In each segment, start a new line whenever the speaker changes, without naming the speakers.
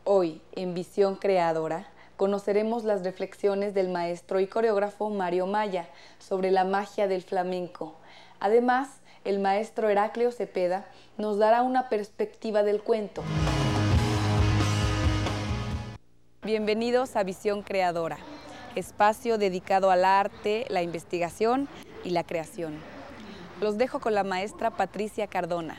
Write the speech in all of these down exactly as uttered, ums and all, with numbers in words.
Hoy, en Visión Creadora, conoceremos las reflexiones del maestro y coreógrafo Mario Maya sobre la magia del flamenco. Además, el maestro Heraclio Cepeda nos dará una perspectiva del cuento. Bienvenidos a Visión Creadora, espacio dedicado al arte, la investigación y la creación. Los dejo con la maestra Patricia Cardona.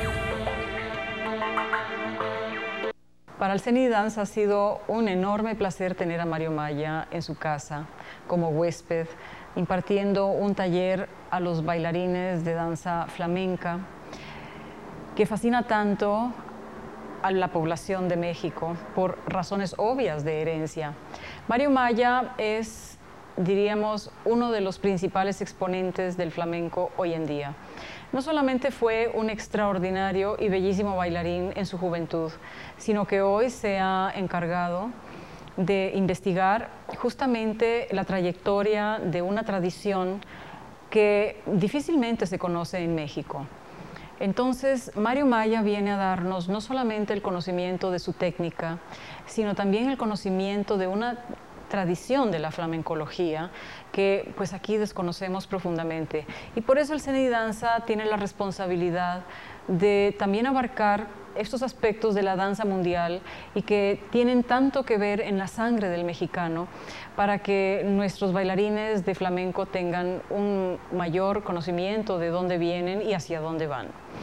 Para el CENI Danza ha sido un enorme placer tener a Mario Maya en su casa como huésped, impartiendo un taller a los bailarines de danza flamenca que fascina tanto a la población de México por razones obvias de herencia. Mario Maya es, diríamos, uno de los principales exponentes del flamenco hoy en día. No solamente fue un extraordinario y bellísimo bailarín en su juventud, sino que hoy se ha encargado de investigar justamente la trayectoria de una tradición que difícilmente se conoce en México. Entonces, Mario Maya viene a darnos no solamente el conocimiento de su técnica, sino también el conocimiento de una tradición de la flamencología que pues aquí desconocemos profundamente. Y por eso el CENI Danza tiene la responsabilidad de también abarcar estos aspectos de la danza mundial y que tienen tanto que ver en la sangre del mexicano para que nuestros bailarines de flamenco tengan un mayor conocimiento de dónde vienen y hacia dónde van.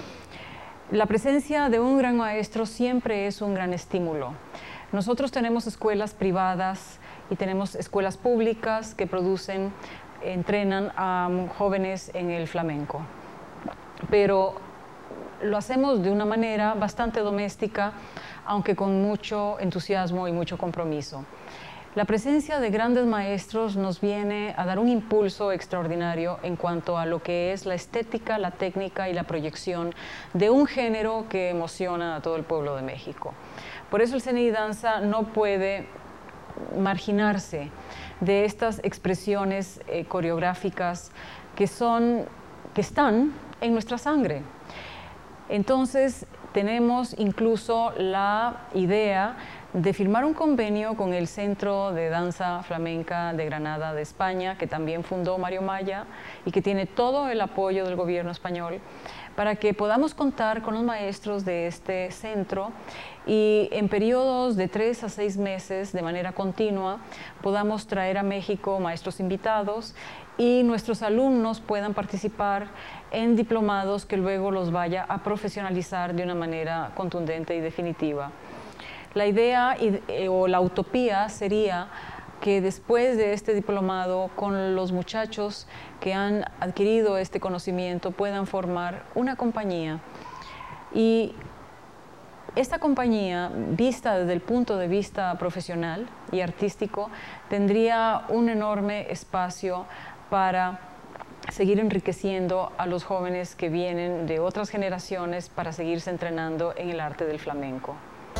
La presencia de un gran maestro siempre es un gran estímulo. Nosotros tenemos escuelas privadas y tenemos escuelas públicas que producen, entrenan a jóvenes en el flamenco. Pero lo hacemos de una manera bastante doméstica, aunque con mucho entusiasmo y mucho compromiso. La presencia de grandes maestros nos viene a dar un impulso extraordinario en cuanto a lo que es la estética, la técnica y la proyección de un género que emociona a todo el pueblo de México. Por eso el CENI Danza no puede marginarse de estas expresiones eh, coreográficas que, son, que están en nuestra sangre. Entonces, tenemos incluso la idea de firmar un convenio con el Centro de Danza Flamenca de Granada de España, que también fundó Mario Maya y que tiene todo el apoyo del gobierno español, para que podamos contar con los maestros de este centro y en periodos de tres a seis meses de manera continua podamos traer a México maestros invitados y nuestros alumnos puedan participar en diplomados que luego los vaya a profesionalizar de una manera contundente y definitiva. La idea o la utopía sería que después de este diplomado, con los muchachos que han adquirido este conocimiento, puedan formar una compañía. Y esta compañía, vista desde el punto de vista profesional y artístico, tendría un enorme espacio para seguir enriqueciendo a los jóvenes que vienen de otras generaciones para seguirse entrenando en el arte del flamenco.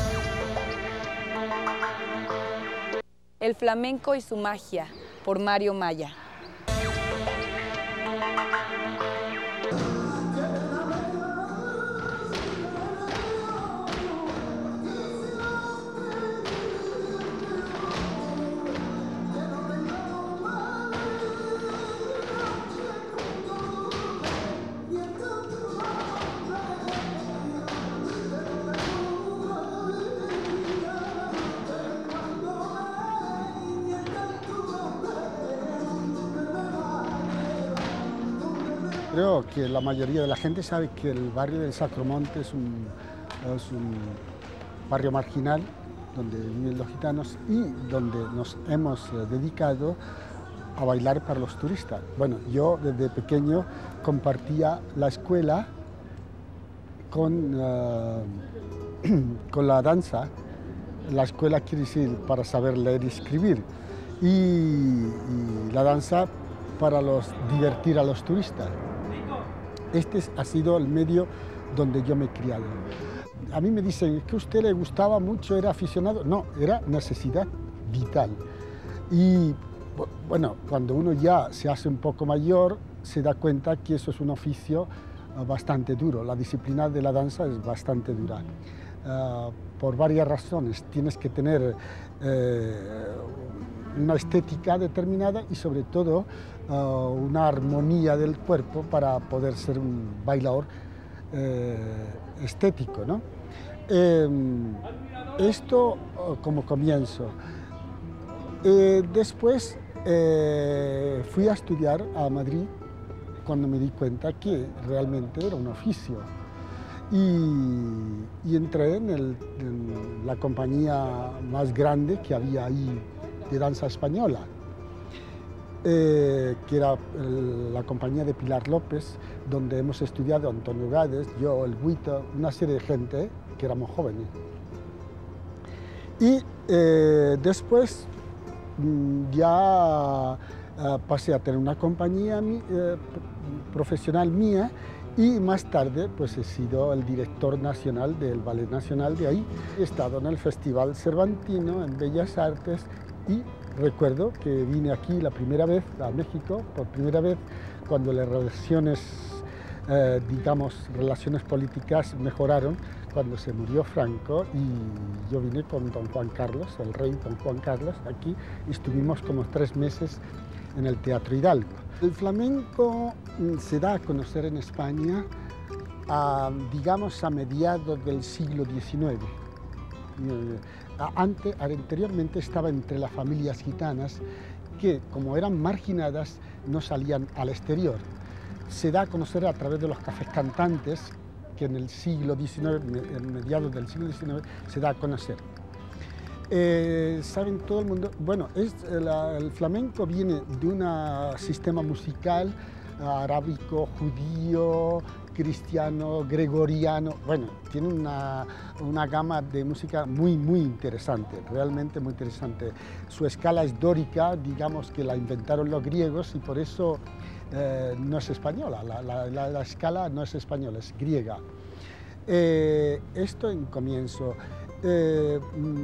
El flamenco y su magia, por Mario Maya.
Creo que la mayoría de la gente sabe que el barrio del Sacromonte es un, es un barrio marginal donde viven los gitanos y donde nos hemos dedicado a bailar para los turistas. Bueno, yo desde pequeño compartía la escuela con, uh, con la danza. La escuela quiere decir para saber leer y escribir y, y la danza para los, divertir a los turistas. Este ha sido el medio donde yo me he criado. A mí me dicen que a usted le gustaba mucho, era aficionado. No, era necesidad vital. Y bueno, cuando uno ya se hace un poco mayor, se da cuenta que eso es un oficio bastante duro. La disciplina de la danza es bastante dura. Uh, por varias razones. Tienes que tener eh, una estética determinada y sobre todo uh, una armonía del cuerpo para poder ser un bailador eh, estético, ¿no? Eh, esto uh, como comienzo. Eh, después eh, fui a estudiar a Madrid cuando me di cuenta que realmente era un oficio. Y, y entré en, el, en la compañía más grande que había ahí de danza española, eh, que era el, la compañía de Pilar López, donde hemos estudiado Antonio Gades, yo, el Guito, una serie de gente que éramos jóvenes. Y eh, después ya eh, pasé a tener una compañía eh, profesional mía y más tarde pues he sido el director nacional del Ballet Nacional de ahí. He estado en el Festival Cervantino, en Bellas Artes, y recuerdo que vine aquí la primera vez a México, por primera vez cuando las relaciones, eh, digamos, relaciones políticas mejoraron, cuando se murió Franco, y yo vine con don Juan Carlos, el rey don Juan Carlos, aquí, y estuvimos como tres meses en el Teatro Hidalgo. El flamenco se da a conocer en España, a, digamos, a mediados del siglo diecinueve. Antes, anteriormente estaba entre las familias gitanas que, como eran marginadas, no salían al exterior. Se da a conocer a través de los cafés cantantes, que en el siglo diecinueve, en mediados del siglo diecinueve, se da a conocer. Eh, saben todo el mundo, bueno, es, la, el flamenco viene de un sistema musical arábico, judío, cristiano, gregoriano, bueno, tiene una, una gama de música muy, muy interesante, realmente muy interesante. Su escala es dórica, digamos que la inventaron los griegos y por eso eh, no es española, la, la, la, la escala no es española, es griega. Eh, esto en comienzo. Eh,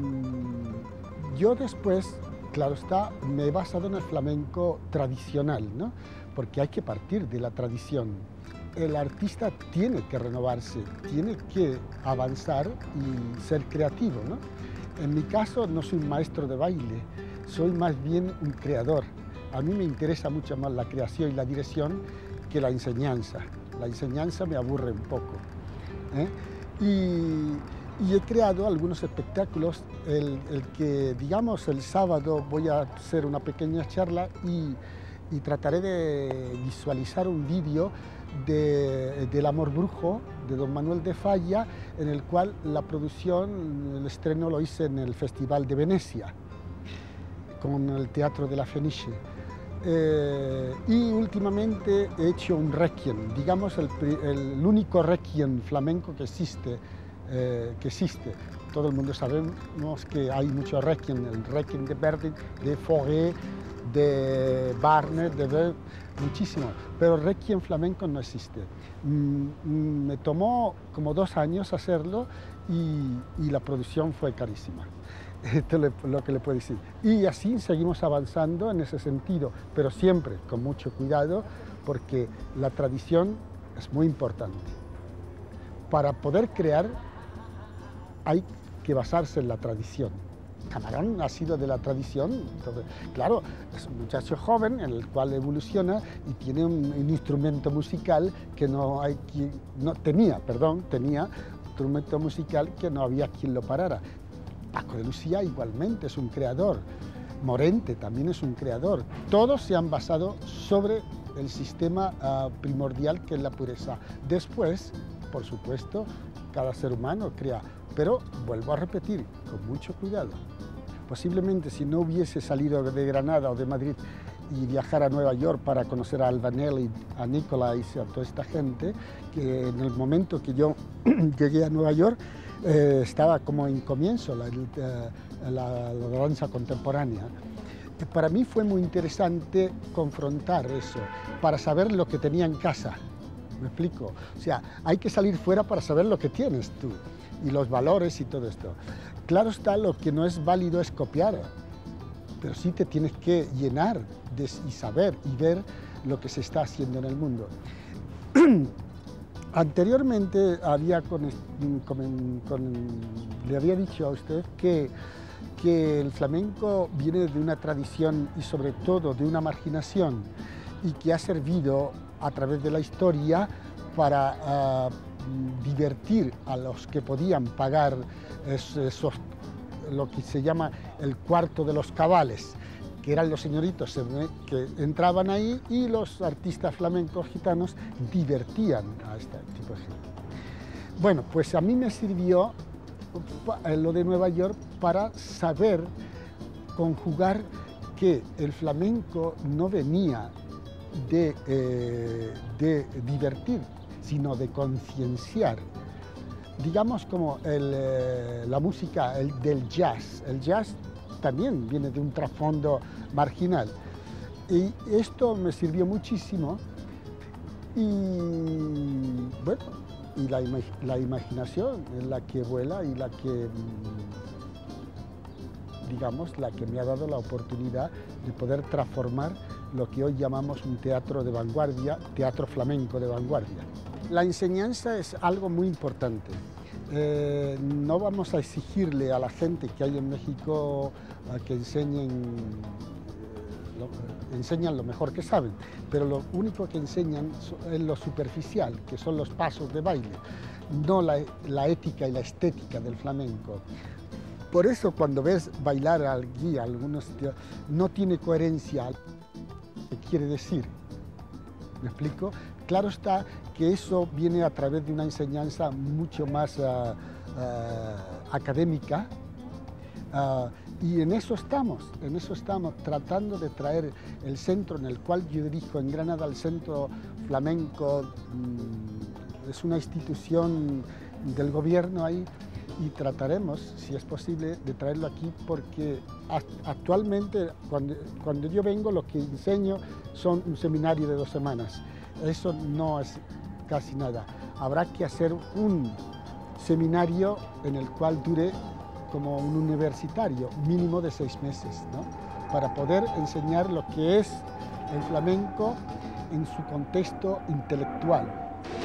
mmm, yo después, claro está, me he basado en el flamenco tradicional, ¿no? Porque hay que partir de la tradición. El artista tiene que renovarse, tiene que avanzar y ser creativo, ¿no? En mi caso no soy un maestro de baile, soy más bien un creador. A mí me interesa mucho más la creación y la dirección que la enseñanza. La enseñanza me aburre un poco, ¿eh? Y, y he creado algunos espectáculos, el, el que, digamos, el sábado voy a hacer una pequeña charla y, y trataré de visualizar un vídeo de, del Amor Brujo, de don Manuel de Falla, en el cual la producción, el estreno lo hice en el Festival de Venecia, con el Teatro de la Fenice. Eh, y últimamente he hecho un requiem, digamos el, el único requiem flamenco que existe, eh, que existe. Todo el mundo sabemos que hay muchos requiem, el requiem de Verdi, de Fauré, de Barnet, de Ver, muchísimo, pero el requiem flamenco no existe. Mm, me tomó como dos años hacerlo y, y la producción fue carísima. Esto es lo que le puedo decir. Y así seguimos avanzando en ese sentido, pero siempre con mucho cuidado, porque la tradición es muy importante. Para poder crear hay que basarse en la tradición. Camarón ha sido de la tradición, entonces, claro, es un muchacho joven en el cual evoluciona y tiene un, un instrumento musical que no hay quien, no, tenía, perdón, tenía un instrumento musical que no había quien lo parara. Paco de Lucía igualmente es un creador, Morente también es un creador. Todos se han basado sobre el sistema uh, primordial que es la pureza. Después, por supuesto, cada ser humano crea, pero vuelvo a repetir, con mucho cuidado. Posiblemente si no hubiese salido de Granada o de Madrid y viajar a Nueva York para conocer a Albanelli, a Nicolás y a toda esta gente, que en el momento que yo llegué a Nueva York, Eh, estaba como en comienzo la, la, la danza contemporánea. Y para mí fue muy interesante confrontar eso, para saber lo que tenía en casa. ¿Me explico? O sea, hay que salir fuera para saber lo que tienes tú y los valores y todo esto. Claro está, lo que no es válido es copiar, pero sí te tienes que llenar de, y saber y ver lo que se está haciendo en el mundo. Anteriormente había con, con, con, le había dicho a usted que, que el flamenco viene de una tradición y sobre todo de una marginación y que ha servido a través de la historia para uh, divertir a los que podían pagar esos, lo que se llama el cuarto de los cabales, que eran los señoritos que entraban ahí y los artistas flamencos gitanos divertían a este tipo de gente. Bueno, pues a mí me sirvió lo de Nueva York para saber conjugar que el flamenco no venía de, eh, de divertir, sino de concienciar. Digamos como el, eh, la música el, del jazz. El jazz también viene de un trasfondo marginal. Y esto me sirvió muchísimo y, bueno, y la, la imaginación es la que vuela y la que, digamos, la que me ha dado la oportunidad de poder transformar lo que hoy llamamos un teatro de vanguardia, teatro flamenco de vanguardia. La enseñanza es algo muy importante. Eh, no vamos a exigirle a la gente que hay en México eh, que enseñen, eh, lo, enseñan lo mejor que saben, pero lo único que enseñan es lo superficial, que son los pasos de baile, no la, la ética y la estética del flamenco. Por eso cuando ves bailar al guía, algunos sitios, no tiene coherencia. ¿Qué quiere decir? ¿Me explico? Claro está que eso viene a través de una enseñanza mucho más uh, uh, académica uh, y en eso estamos, en eso estamos tratando de traer el centro en el cual yo dirijo en Granada, el Centro Flamenco, um, es una institución del gobierno ahí y trataremos, si es posible, de traerlo aquí porque actualmente cuando, cuando yo vengo lo que enseño son un seminario de dos semanas. Eso no es casi nada. Habrá que hacer un seminario en el cual dure como un universitario, mínimo de seis meses, ¿no? Para poder enseñar lo que es el flamenco en su contexto intelectual.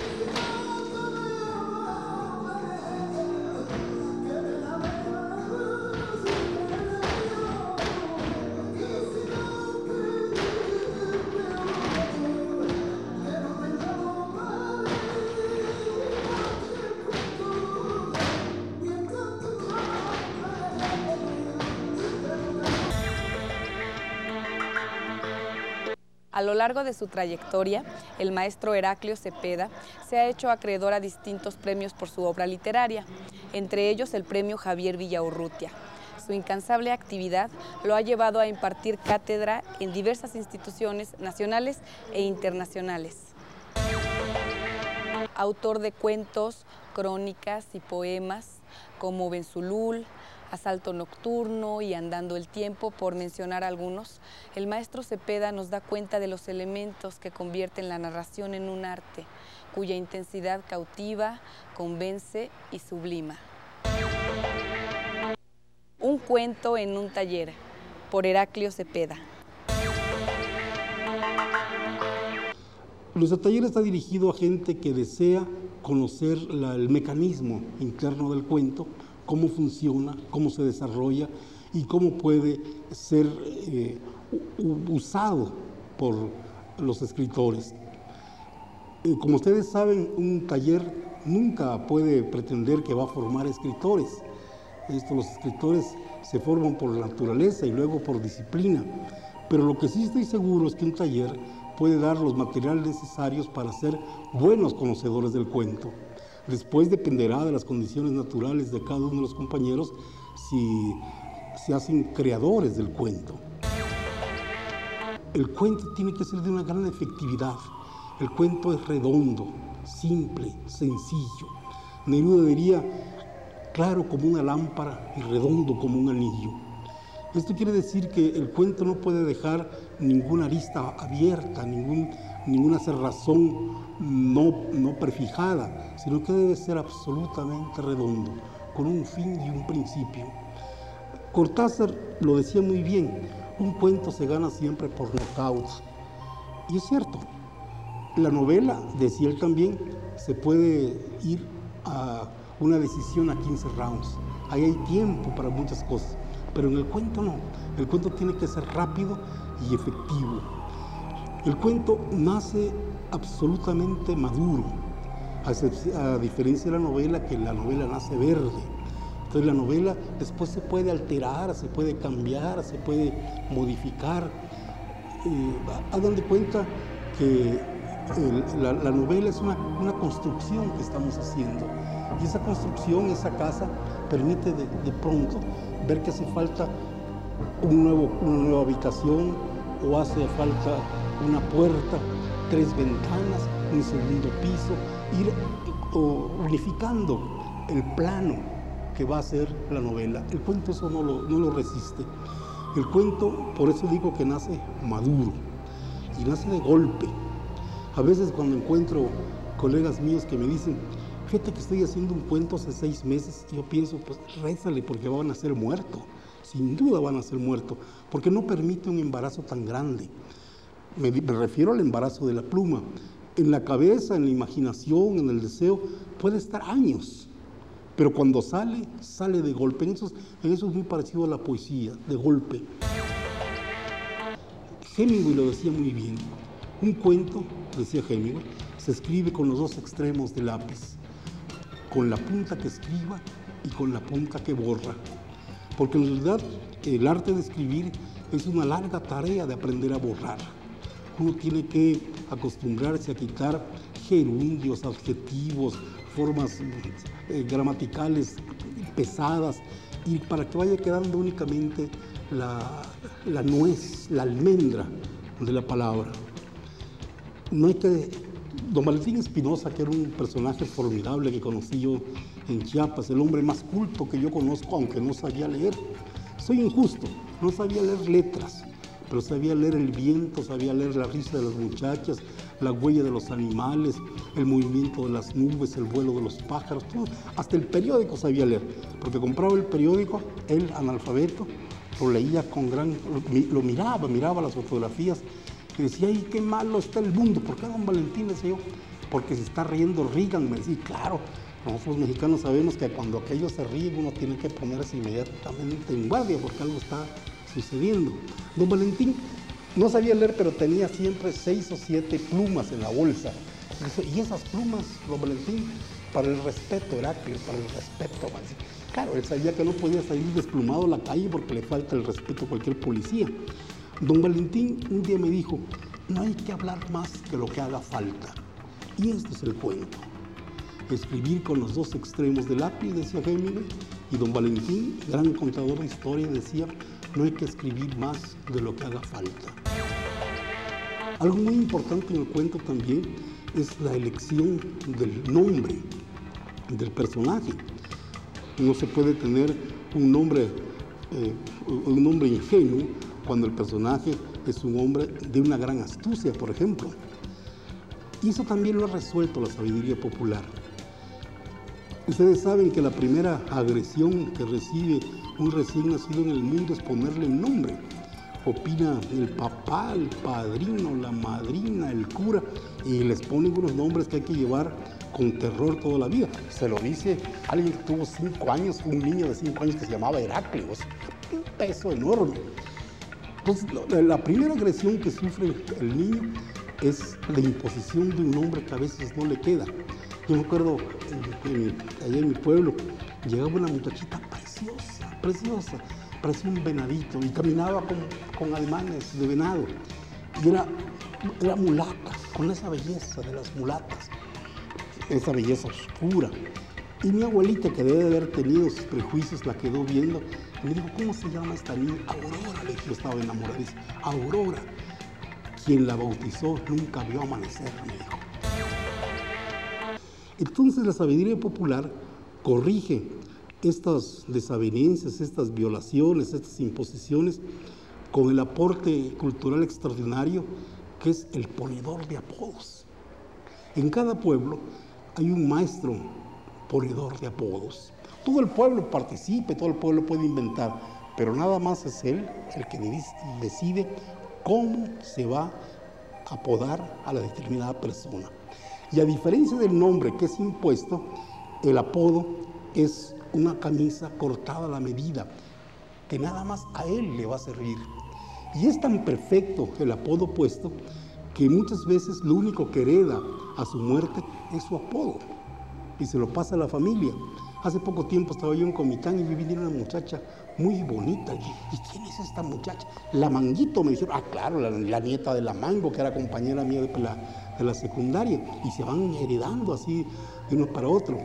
A lo largo de su trayectoria, el maestro Heraclio Cepeda se ha hecho acreedor a distintos premios por su obra literaria, entre ellos el premio Javier Villaurrutia. Su incansable actividad lo ha llevado a impartir cátedra en diversas instituciones nacionales e internacionales. Autor de cuentos, crónicas y poemas como Benzulul, Asalto Nocturno y Andando el Tiempo, por mencionar algunos, el maestro Cepeda nos da cuenta de los elementos que convierten la narración en un arte, cuya intensidad cautiva, convence y sublima. Un cuento en un taller, por Heraclio Cepeda.
Nuestro taller está dirigido a gente que desea conocer la, el mecanismo interno del cuento, cómo funciona, cómo se desarrolla y cómo puede ser eh, usado por los escritores. Eh, como ustedes saben, un taller nunca puede pretender que va a formar escritores. Esto, los escritores se forman por naturaleza y luego por disciplina. Pero lo que sí estoy seguro es que un taller puede dar los materiales necesarios para ser buenos conocedores del cuento. Después dependerá de las condiciones naturales de cada uno de los compañeros si se hacen creadores del cuento. El cuento tiene que ser de una gran efectividad. El cuento es redondo, simple, sencillo. Neruda diría, claro como una lámpara y redondo como un anillo. Esto quiere decir que el cuento no puede dejar ninguna arista abierta, ningún, ninguna cerrazón no, no prefijada, sino que debe ser absolutamente redondo, con un fin y un principio. Cortázar lo decía muy bien, un cuento se gana siempre por knockouts. Y es cierto, la novela, decía él también, se puede ir a una decisión a quince rounds. Ahí hay tiempo para muchas cosas, pero en el cuento no. El cuento tiene que ser rápido y efectivo. El cuento nace absolutamente maduro, a, a diferencia de la novela, que la novela nace verde. Entonces la novela después se puede alterar, se puede cambiar, se puede modificar. Eh, hagan de cuenta que el, la, la novela es una, una construcción que estamos haciendo. Y esa construcción, esa casa, permite de, de pronto ver que hace falta un nuevo, una nueva habitación, o hace falta una puerta, tres ventanas, un segundo piso, ir o, unificando el plano que va a ser la novela. El cuento eso no lo, no lo resiste. El cuento, por eso digo que nace maduro y nace de golpe. A veces cuando encuentro colegas míos que me dicen, fíjate que estoy haciendo un cuento hace seis meses, y yo pienso, pues rézale porque van a ser muertos, sin duda van a ser muertos, porque no permite un embarazo tan grande. Me, me refiero al embarazo de la pluma. En la cabeza, en la imaginación, en el deseo, puede estar años, pero cuando sale, sale de golpe. En eso, en eso es muy parecido a la poesía, de golpe. Hemingway lo decía muy bien. Un cuento, decía Hemingway, se escribe con los dos extremos del lápiz, con la punta que escriba y con la punta que borra. Porque en realidad el arte de escribir es una larga tarea de aprender a borrar. Uno tiene que acostumbrarse a quitar gerundios, adjetivos, formas eh, gramaticales pesadas, y para que vaya quedando únicamente la, la nuez, la almendra de la palabra. No hay que... Don Valentín Espinosa, que era un personaje formidable que conocí yo en Chiapas, el hombre más culto que yo conozco, aunque no sabía leer. Soy injusto, no sabía leer letras, pero sabía leer el viento, sabía leer la risa de las muchachas, la huella de los animales, el movimiento de las nubes, el vuelo de los pájaros, todo, hasta el periódico sabía leer, porque compraba el periódico, él analfabeto, lo leía con gran, lo, lo miraba, miraba las fotografías, y decía, ay, qué malo está el mundo. ¿Por qué, don Valentín? Decía yo, porque se está riendo Reagan. Me decía, claro, nosotros los mexicanos sabemos que cuando aquellos se ríen uno tiene que ponerse inmediatamente en guardia porque algo está sucediendo. Don Valentín no sabía leer, pero tenía siempre seis o siete plumas en la bolsa. Y esas plumas, don Valentín, para el respeto, Heraclio, para el respeto. Claro, él sabía que no podía salir desplumado a la calle porque le falta el respeto a cualquier policía. Don Valentín un día me dijo, no hay que hablar más que lo que haga falta. Y este es el cuento. Escribir con los dos extremos del lápiz, decía Hemingway, y don Valentín, gran contador de historia, decía, no hay que escribir más de lo que haga falta. Algo muy importante en el cuento también es la elección del nombre del personaje. No se puede tener un nombre, eh, un nombre ingenuo cuando el personaje es un hombre de una gran astucia, por ejemplo. Y eso también lo ha resuelto la sabiduría popular. Ustedes saben que la primera agresión que recibe un recién nacido en el mundo es ponerle un nombre. Opina el papá, el padrino, la madrina, el cura, y les ponen unos nombres que hay que llevar con terror toda la vida. Se lo dice alguien que tuvo cinco años, un niño de cinco años que se llamaba Heraclio. Un peso enorme. Entonces, la primera agresión que sufre el niño es la imposición de un nombre que a veces no le queda. Yo me acuerdo, en, en, allá en mi pueblo, llegaba una muchachita preciosa, preciosa, parecía un venadito, y caminaba con, con ademanes de venado. Y era, era mulata, con esa belleza de las mulatas, esa belleza oscura. Y mi abuelita, que debe de haber tenido sus prejuicios, la quedó viendo, y me dijo, ¿cómo se llama esta niña? Aurora, le dije, yo estaba enamoradísima. Aurora. Quien la bautizó nunca vio amanecer, me dijo. Entonces la sabiduría popular corrige estas desavenencias, estas violaciones, estas imposiciones con el aporte cultural extraordinario que es el ponedor de apodos. En cada pueblo hay un maestro ponedor de apodos. Todo el pueblo participa, todo el pueblo puede inventar, pero nada más es él el que decide cómo se va a apodar a la determinada persona. Y a diferencia del nombre que es impuesto, el apodo es una camisa cortada a la medida, que nada más a él le va a servir. Y es tan perfecto el apodo puesto que muchas veces lo único que hereda a su muerte es su apodo y se lo pasa a la familia. Hace poco tiempo estaba yo en Comitán y vi venir una muchacha muy bonita. ¿Y quién es esta muchacha? La Manguito, me dijeron. Ah, claro, la, la nieta de la Mango, que era compañera mía de la, de la secundaria. Y se van heredando así de uno para otro.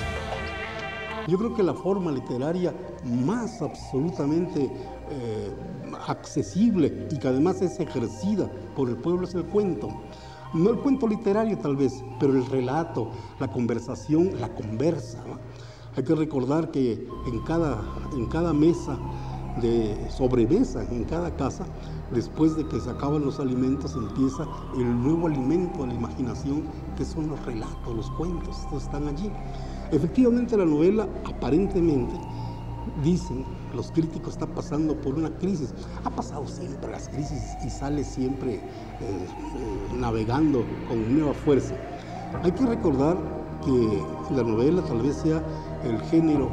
Yo creo que la forma literaria más absolutamente eh, accesible y que además es ejercida por el pueblo es el cuento. No el cuento literario tal vez, pero el relato, la conversación, la conversa, ¿no? Hay que recordar que en cada, en cada mesa, de sobremesa, en cada casa, después de que se acaban los alimentos, empieza el nuevo alimento a la imaginación, que son los relatos, los cuentos, estos están allí. Efectivamente, la novela, aparentemente, dicen los críticos, está pasando por una crisis. Ha pasado siempre las crisis y sale siempre eh, eh, navegando con nueva fuerza. Hay que recordar que la novela tal vez sea el género,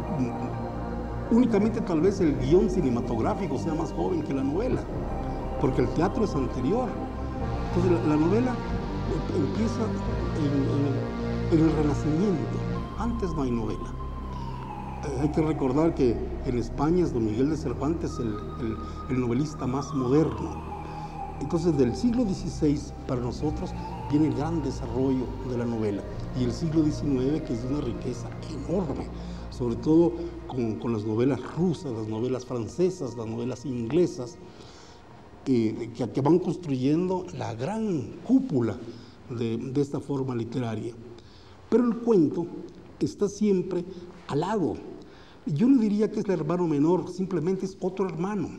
únicamente tal vez el guión cinematográfico sea más joven que la novela, porque el teatro es anterior. Entonces la, la novela empieza en, en, en el Renacimiento, antes no hay novela. Eh, hay que recordar que en España es don Miguel de Cervantes el, el, el novelista más moderno. Entonces del siglo dieciséis para nosotros viene el gran desarrollo de la novela, y el siglo diecinueve, que es de una riqueza enorme, sobre todo con, con las novelas rusas, las novelas francesas, las novelas inglesas, eh, que, que van construyendo la gran cúpula de, de esta forma literaria. Pero el cuento está siempre al lado. Yo no diría que es el hermano menor, simplemente es otro hermano.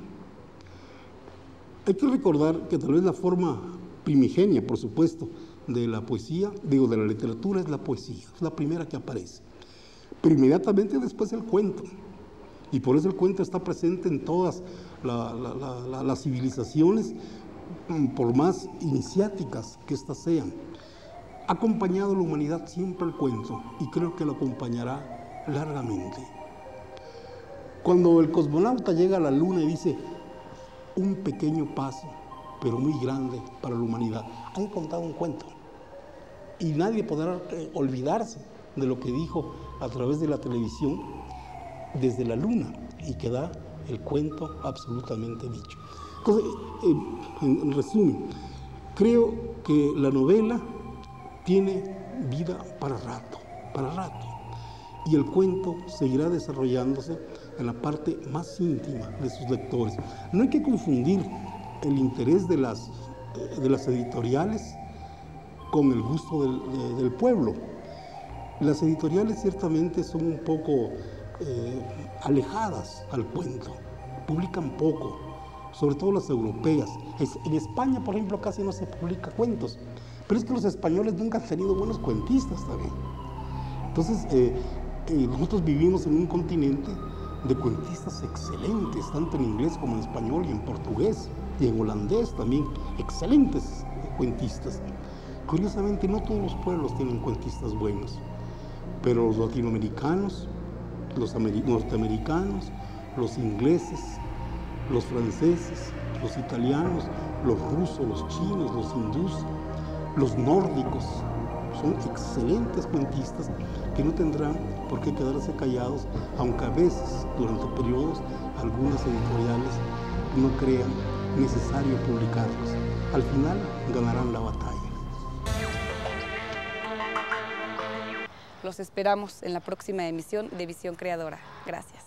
Hay que recordar que tal vez la forma primigenia, por supuesto, de la poesía, digo, de la literatura, es la poesía, es la primera que aparece. Pero inmediatamente después el cuento. Y por eso el cuento está presente en todas la, la, la, la, las civilizaciones, por más iniciáticas que éstas sean. Ha acompañado a la humanidad siempre el cuento, y creo que lo acompañará largamente. Cuando el cosmonauta llega a la luna y dice, un pequeño paso, pero muy grande para la humanidad, han contado un cuento. Y nadie podrá eh, olvidarse de lo que dijo a través de la televisión desde la luna, y queda el cuento absolutamente dicho. Entonces, eh, en, en resumen, creo que la novela tiene vida para rato, para rato, y el cuento seguirá desarrollándose en la parte más íntima de sus lectores. No hay que confundir el interés de las, de las editoriales con el gusto del, de, del pueblo. Las editoriales ciertamente son un poco eh, alejadas al cuento, publican poco, sobre todo las europeas. Es, en España, por ejemplo, casi no se publica cuentos, pero es que los españoles nunca han tenido buenos cuentistas también. Entonces, eh, eh, nosotros vivimos en un continente de cuentistas excelentes, tanto en inglés como en español y en portugués y en holandés también, excelentes cuentistas. Curiosamente, no todos los pueblos tienen cuentistas buenos, pero los latinoamericanos, los norteamericanos, los ingleses, los franceses, los italianos, los rusos, los chinos, los hindús, los nórdicos, son excelentes cuentistas que no tendrán por qué quedarse callados, aunque a veces, durante periodos, algunas editoriales no crean necesario publicarlos. Al final ganarán la batalla.
Los esperamos en la próxima emisión de Visión Creadora. Gracias.